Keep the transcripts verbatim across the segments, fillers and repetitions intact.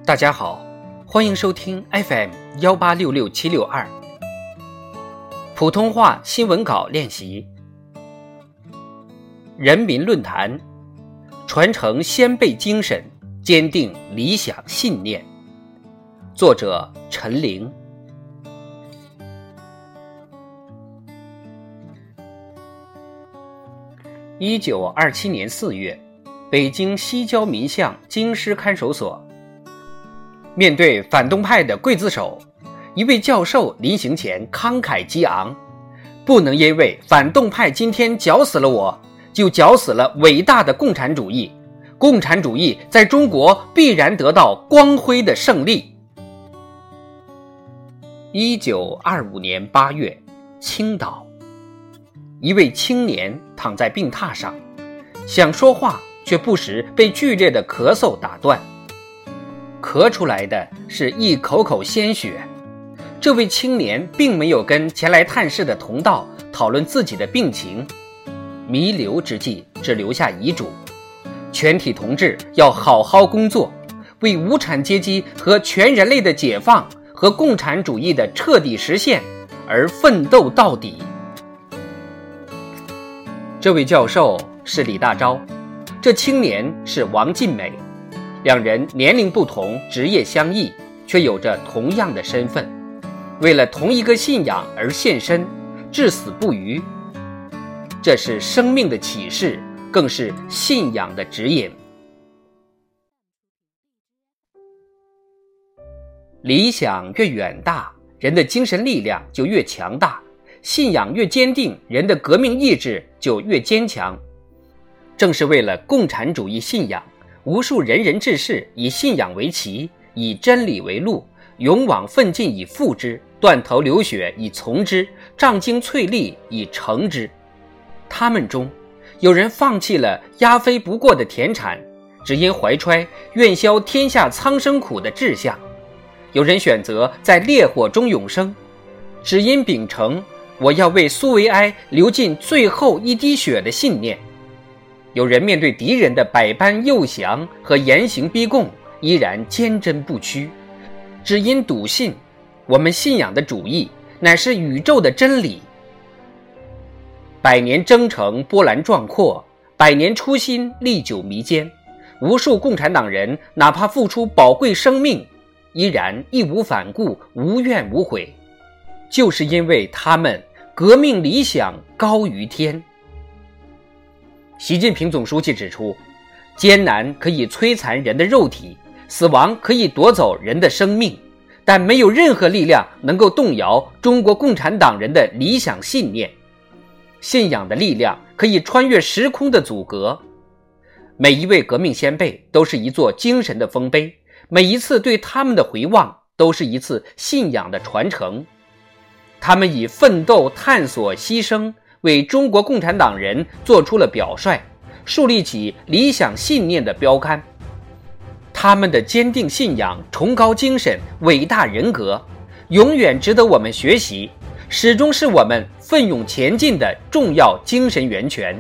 大家好，欢迎收听 F M 一八六六七六二 普通话新闻稿练习。人民论坛，传承先辈精神，坚定理想信念。作者陈玲。一九二七年四月，北京西郊民巷京师看守所，面对反动派的刽子手，一位教授临行前慷慨激昂：不能因为反动派今天绞死了我，就绞死了伟大的共产主义。共产主义在中国必然得到光辉的胜利。一九二五年八月，青岛，一位青年躺在病榻上，想说话，却不时被剧烈的咳嗽打断，咳出来的是一口口鲜血。这位青年并没有跟前来探视的同道讨论自己的病情，弥留之际只留下遗嘱：全体同志要好好工作，为无产阶级和全人类的解放和共产主义的彻底实现而奋斗到底。这位教授是李大钊，这青年是王尽美，两人年龄不同，职业相异，却有着同样的身份，为了同一个信仰而献身，至死不渝。这是生命的启示，更是信仰的指引。理想越远大，人的精神力量就越强大；信仰越坚定，人的革命意志就越坚强。正是为了共产主义信仰，无数仁人志士以信仰为旗，以真理为路，勇往奋进以赴之，断头流血以从之，仗精淬砺以成之。他们中有人放弃了压飞不过的田产，只因怀揣愿消天下苍生苦的志向；有人选择在烈火中永生，只因秉承我要为苏维埃流尽最后一滴血的信念；有人面对敌人的百般诱降和严刑逼供，依然坚贞不屈，只因笃信我们信仰的主义乃是宇宙的真理。百年征程波澜壮阔，百年初心历久弥坚。无数共产党人哪怕付出宝贵生命，依然义无反顾，无怨无悔，就是因为他们革命理想高于天。习近平总书记指出，艰难可以摧残人的肉体，死亡可以夺走人的生命，但没有任何力量能够动摇中国共产党人的理想信念。信仰的力量可以穿越时空的阻隔。每一位革命先辈都是一座精神的丰碑，每一次对他们的回望都是一次信仰的传承。他们以奋斗、探索、牺牲为中国共产党人做出了表率，树立起理想信念的标杆。他们的坚定信仰、崇高精神、伟大人格，永远值得我们学习，始终是我们奋勇前进的重要精神源泉。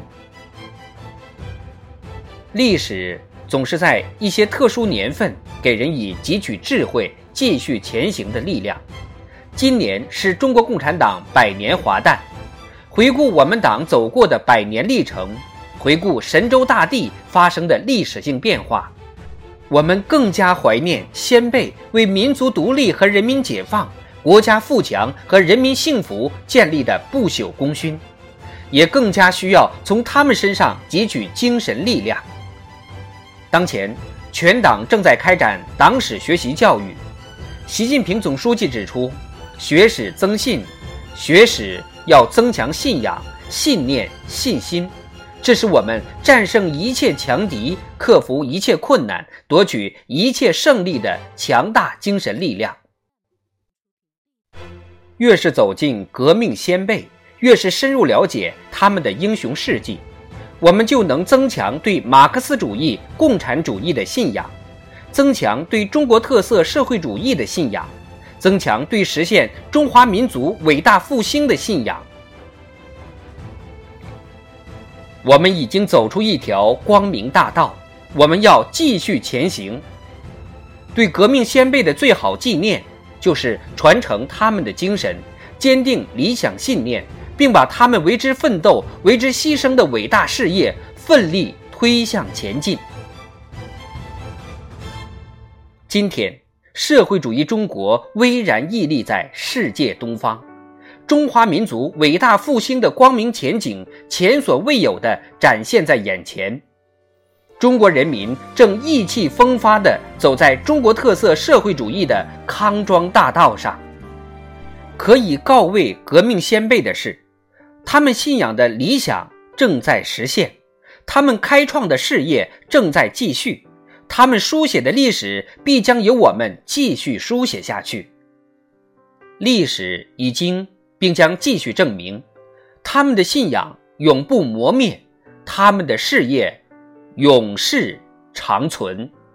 历史总是在一些特殊年份给人以汲取智慧、继续前行的力量。今年是中国共产党百年华诞，回顾我们党走过的百年历程，回顾神州大地发生的历史性变化，我们更加怀念先辈为民族独立和人民解放、国家富强和人民幸福建立的不朽功勋，也更加需要从他们身上汲取精神力量。当前，全党正在开展党史学习教育。习近平总书记指出，学史增信，学史要增强信仰、信念、信心，这是我们战胜一切强敌、克服一切困难、夺取一切胜利的强大精神力量。越是走进革命先辈，越是深入了解他们的英雄事迹，我们就能增强对马克思主义、共产主义的信仰，增强对中国特色社会主义的信仰，增强对实现中华民族伟大复兴的信仰。我们已经走出一条光明大道，我们要继续前行。 对革命先辈的最好纪念，就是传承他们的精神，坚定理想信念，并把他们为之奋斗、为之牺牲的伟大事业奋力推向前进。今天，社会主义中国巍然屹立在世界东方，中华民族伟大复兴的光明前景前所未有地展现在眼前。中国人民正意气风发地走在中国特色社会主义的康庄大道上。可以告慰革命先辈的是，他们信仰的理想正在实现，他们开创的事业正在继续，他们书写的历史必将由我们继续书写下去。历史已经并将继续证明，他们的信仰永不磨灭，他们的事业永世长存。